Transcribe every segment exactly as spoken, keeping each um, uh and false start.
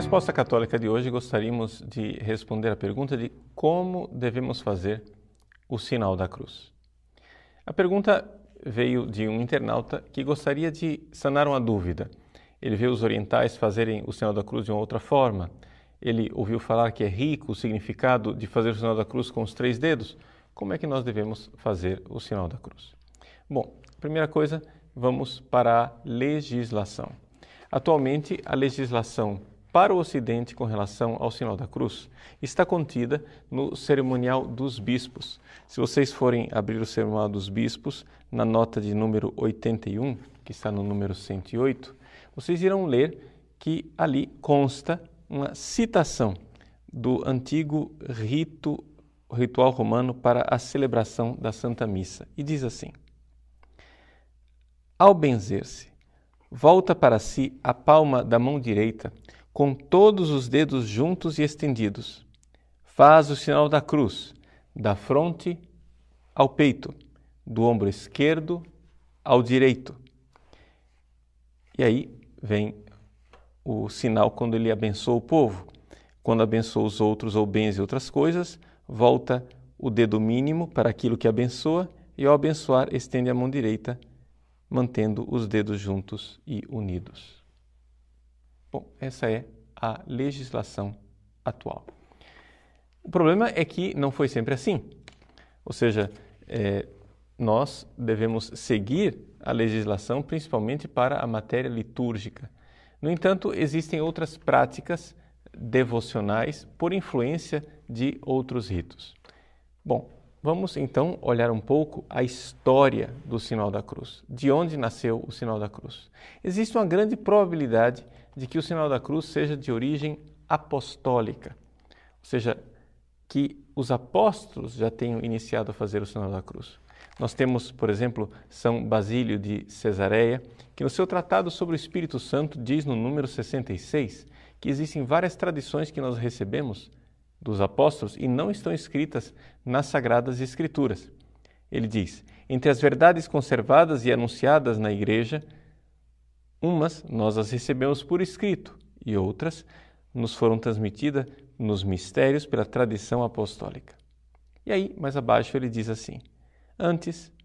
resposta católica de hoje, gostaríamos de responder a pergunta de como devemos fazer o sinal da cruz. A pergunta veio de um internauta que gostaria de sanar uma dúvida. Ele viu os orientais fazerem o sinal da cruz de uma outra forma. Ele ouviu falar que é rico o significado de fazer o sinal da cruz com os três dedos. Como é que nós devemos fazer o sinal da cruz? Bom, primeira coisa, vamos para a legislação. Atualmente, a legislação para o Ocidente com relação ao sinal da cruz está contida no Cerimonial dos Bispos. Se vocês forem abrir o Cerimonial dos Bispos, na nota de número oitenta e um, que está no número cento e oito, vocês irão ler que ali consta uma citação do antigo rito, ritual romano para a celebração da Santa Missa. E diz assim: ao benzer-se, volta para si a palma da mão direita, com todos os dedos juntos e estendidos. Faz o sinal da cruz, da fronte ao peito, do ombro esquerdo ao direito. E aí vem o sinal quando ele abençoa o povo. Quando abençoa os outros ou bens e outras coisas, volta o dedo mínimo para aquilo que abençoa e ao abençoar estende a mão direita, mantendo os dedos juntos e unidos. Bom, essa é a legislação atual. O problema é que não foi sempre assim. Ou seja, é, nós devemos seguir a legislação principalmente para a matéria litúrgica. No entanto, existem outras práticas devocionais por influência de outros ritos. Bom, vamos então olhar um pouco a história do sinal da cruz. De onde nasceu o sinal da cruz? Existe uma grande probabilidade de que o sinal da cruz seja de origem apostólica, ou seja, que os apóstolos já tenham iniciado a fazer o sinal da cruz. Nós temos, por exemplo, São Basílio de Cesareia, que no seu tratado sobre o Espírito Santo diz no número sessenta e seis que existem várias tradições que nós recebemos dos apóstolos e não estão escritas nas Sagradas Escrituras. Ele diz: entre as verdades conservadas e anunciadas na Igreja, umas nós as recebemos por escrito e outras nos foram transmitidas nos mistérios pela tradição apostólica. E aí, mais abaixo, ele diz assim: antes,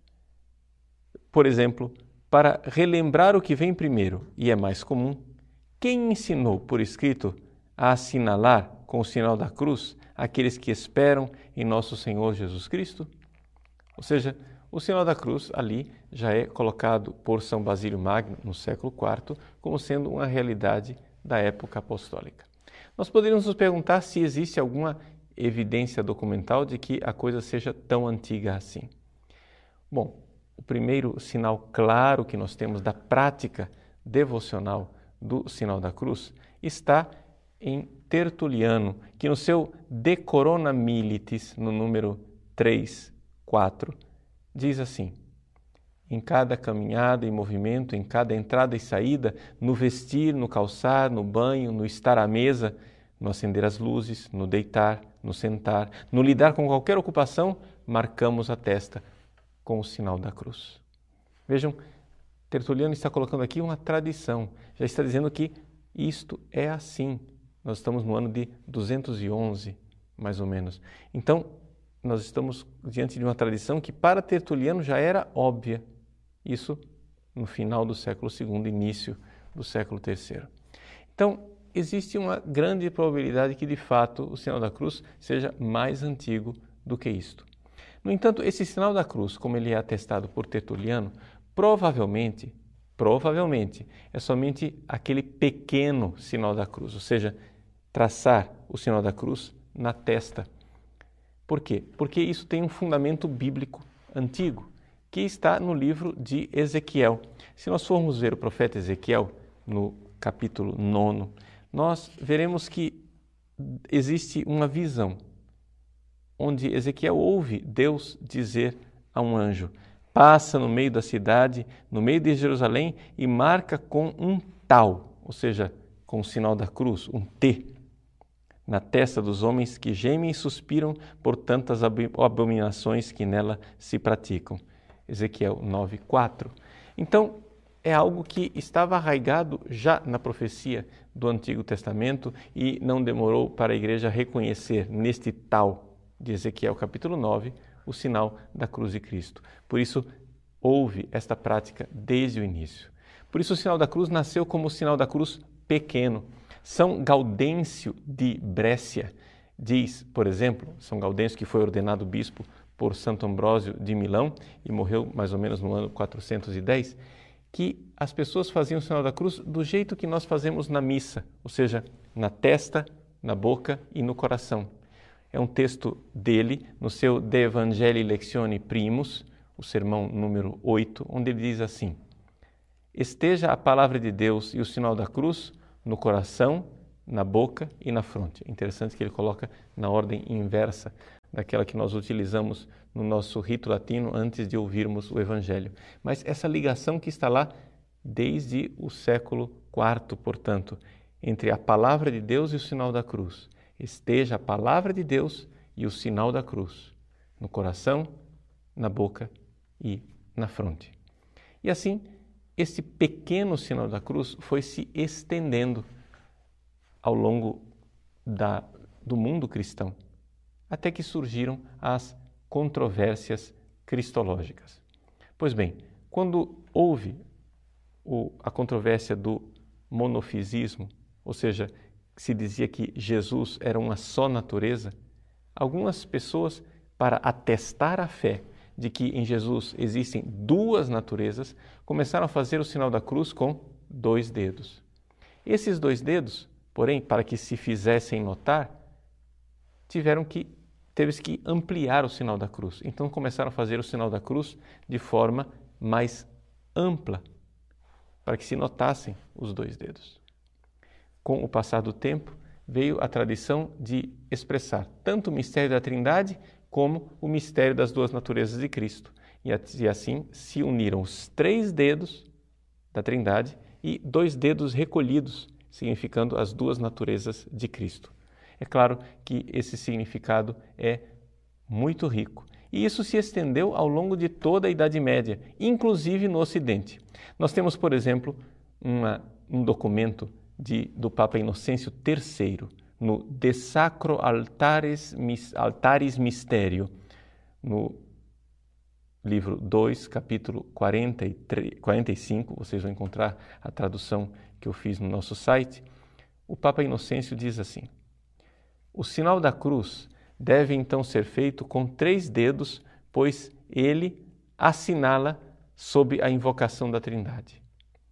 por exemplo, para relembrar o que vem primeiro e é mais comum, quem ensinou por escrito a assinalar com o sinal da cruz aqueles que esperam em nosso Senhor Jesus Cristo? Ou seja, o sinal da cruz ali já é colocado por São Basílio Magno no século quarto como sendo uma realidade da época apostólica. Nós poderíamos nos perguntar se existe alguma evidência documental de que a coisa seja tão antiga assim. Bom, o primeiro sinal claro que nós temos da prática devocional do sinal da cruz está em Tertuliano, que no seu De Corona Militis, no número três, quatro, diz assim: em cada caminhada e movimento, em cada entrada e saída, no vestir, no calçar, no banho, no estar à mesa, no acender as luzes, no deitar, no sentar, no lidar com qualquer ocupação, marcamos a testa com o sinal da cruz. Vejam, Tertuliano está colocando aqui uma tradição, já está dizendo que isto é assim. Nós estamos no ano de duzentos e onze, mais ou menos. Então, nós estamos diante de uma tradição que para Tertuliano já era óbvia. Isso no final do século segundo, início do século terceiro. Então, existe uma grande probabilidade que, de fato, o sinal da cruz seja mais antigo do que isto. No entanto, esse sinal da cruz, como ele é atestado por Tertuliano, provavelmente, provavelmente, é somente aquele pequeno sinal da cruz, ou seja, traçar o sinal da cruz na testa. Por quê? Porque isso tem um fundamento bíblico antigo, que está no livro de Ezequiel. Se nós formos ver o profeta Ezequiel, no capítulo nono, nós veremos que existe uma visão, onde Ezequiel ouve Deus dizer a um anjo: passa no meio da cidade, no meio de Jerusalém, e marca com um tal, ou seja, com o sinal da cruz, um T, na testa dos homens que gemem e suspiram por tantas abominações que nela se praticam. Ezequiel nove, quatro. Então, é algo que estava arraigado já na profecia do Antigo Testamento e não demorou para a igreja reconhecer neste tal de Ezequiel capítulo nove o sinal da cruz de Cristo. Por isso, houve esta prática desde o início. Por isso, o sinal da cruz nasceu como o sinal da cruz pequeno. São Gaudêncio de Brécia diz, por exemplo, São Gaudêncio, que foi ordenado bispo por Santo Ambrósio de Milão e morreu mais ou menos no ano quatrocentos e dez, que as pessoas faziam o sinal da cruz do jeito que nós fazemos na missa, ou seja, na testa, na boca e no coração. É um texto dele, no seu De Evangelii Lectione Primus, o sermão número oito, onde ele diz assim: esteja a palavra de Deus e o sinal da cruz no coração, na boca e na fronte. É interessante que ele coloca na ordem inversa daquela que nós utilizamos no nosso rito latino antes de ouvirmos o Evangelho. Mas essa ligação que está lá desde o século quarto, portanto, entre a palavra de Deus e o sinal da cruz. Esteja a palavra de Deus e o sinal da cruz no coração, na boca e na fronte. E assim, esse pequeno sinal da cruz foi se estendendo ao longo da, do mundo cristão, até que surgiram as controvérsias cristológicas. Pois bem, quando houve o, a controvérsia do monofisismo, ou seja, se dizia que Jesus era uma só natureza, algumas pessoas, para atestar a fé de que em Jesus existem duas naturezas, começaram a fazer o sinal da cruz com dois dedos. Esses dois dedos, porém, para que se fizessem notar, tiveram que, teve que ampliar o sinal da cruz. Então começaram a fazer o sinal da cruz de forma mais ampla, para que se notassem os dois dedos. Com o passar do tempo, veio a tradição de expressar tanto o mistério da Trindade como o mistério das duas naturezas de Cristo. E assim se uniram os três dedos da Trindade e dois dedos recolhidos, significando as duas naturezas de Cristo. É claro que esse significado é muito rico. E isso se estendeu ao longo de toda a Idade Média, inclusive no Ocidente. Nós temos, por exemplo, uma, um documento de, do Papa Inocêncio terceiro, no De Sacro Altaris, Altaris Mysterio, no livro dois, capítulo quarenta e três, quarenta e cinco, vocês vão encontrar a tradução que eu fiz no nosso site. O Papa Inocêncio diz assim: o sinal da cruz deve então ser feito com três dedos, pois ele assinala sob a invocação da Trindade.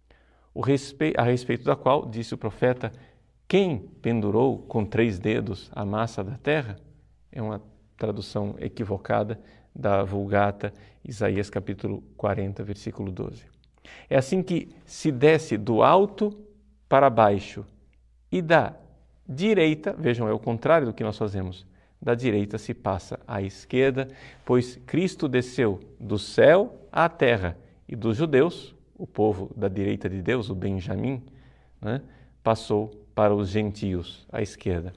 O respe... A respeito da qual, disse o profeta, quem pendurou com três dedos a massa da terra? É uma tradução equivocada da Vulgata, Isaías capítulo quarenta, versículo doze. É assim que se desce do alto para baixo e da direita, vejam, é o contrário do que nós fazemos, da direita se passa à esquerda, pois Cristo desceu do céu à terra e dos judeus, o povo da direita de Deus, o Benjamim, né, passou para os gentios à esquerda.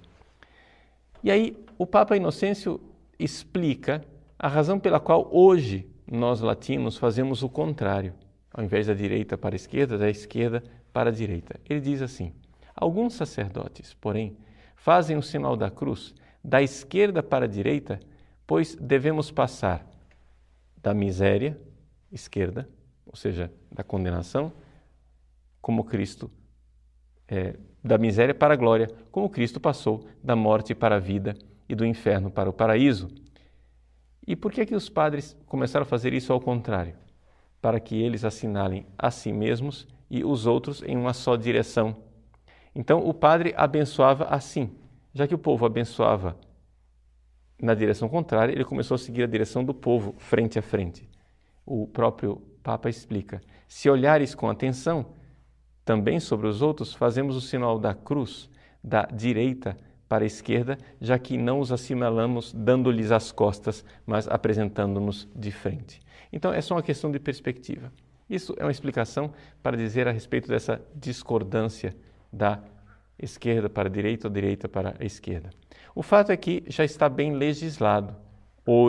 E aí o Papa Inocêncio explica a razão pela qual hoje nós latinos fazemos o contrário, ao invés da direita para a esquerda, da esquerda para a direita. Ele diz assim: alguns sacerdotes, porém, fazem o sinal da cruz da esquerda para a direita, pois devemos passar da miséria, esquerda, ou seja, da condenação, como Cristo, é, da miséria para a glória, como Cristo passou da morte para a vida e do inferno para o paraíso. E por que que os padres começaram a fazer isso ao contrário? Para que eles assinalem a si mesmos e os outros em uma só direção. Então o padre abençoava assim. Já que o povo abençoava na direção contrária, ele começou a seguir a direção do povo, frente a frente. O próprio Papa explica: se olhares com atenção, também sobre os outros, fazemos o sinal da cruz, da direita para a esquerda, já que não os assinalamos dando-lhes as costas, mas apresentando-nos de frente. Então, é só uma questão de perspectiva. Isso é uma explicação para dizer a respeito dessa discordância da esquerda para a direita ou direita para a esquerda. O fato é que já está bem legislado hoje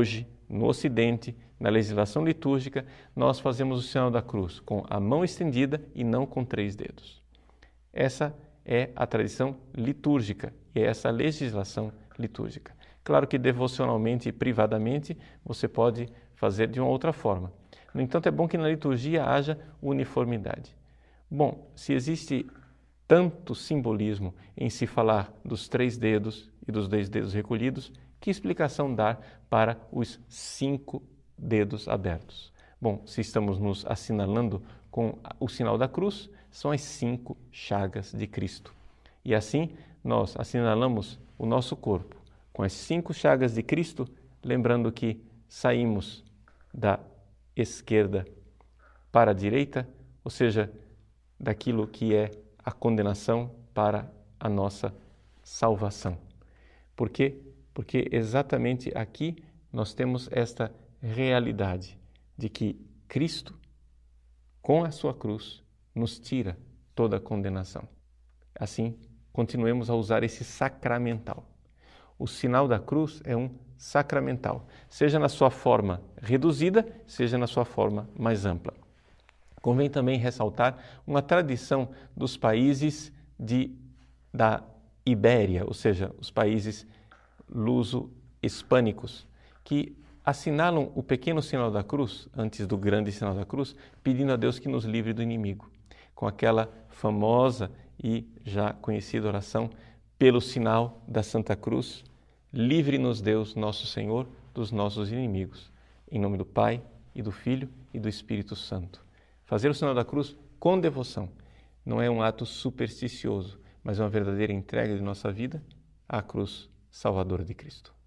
no Ocidente, na legislação litúrgica, nós fazemos o sinal da cruz com a mão estendida e não com três dedos. Essa é a tradição litúrgica e é essa a legislação litúrgica. Claro que devocionalmente e privadamente você pode fazer de uma outra forma. No entanto, é bom que na liturgia haja uniformidade. Bom, se existe tanto simbolismo em se falar dos três dedos e dos dez dedos recolhidos, que explicação dar para os cinco dedos abertos? Bom, se estamos nos assinalando com o sinal da cruz, são as cinco chagas de Cristo. E assim nós assinalamos o nosso corpo com as cinco chagas de Cristo, lembrando que saímos da esquerda para a direita, ou seja, daquilo que é a condenação para a nossa salvação. Por quê? Porque exatamente aqui nós temos esta realidade de que Cristo, com a sua cruz, nos tira toda a condenação. Assim, continuemos a usar esse sacramental. O sinal da cruz é um sacramental, seja na sua forma reduzida, seja na sua forma mais ampla. Convém também ressaltar uma tradição dos países de, da Ibéria, ou seja, os países luso-hispânicos, que assinalam o pequeno sinal da cruz, antes do grande sinal da cruz, pedindo a Deus que nos livre do inimigo, com aquela famosa e já conhecida oração, pelo sinal da Santa Cruz, livre-nos Deus, nosso Senhor, dos nossos inimigos. Em nome do Pai, e do Filho, e do Espírito Santo. Fazer o sinal da cruz com devoção não é um ato supersticioso, mas é uma verdadeira entrega de nossa vida à cruz salvadora de Cristo.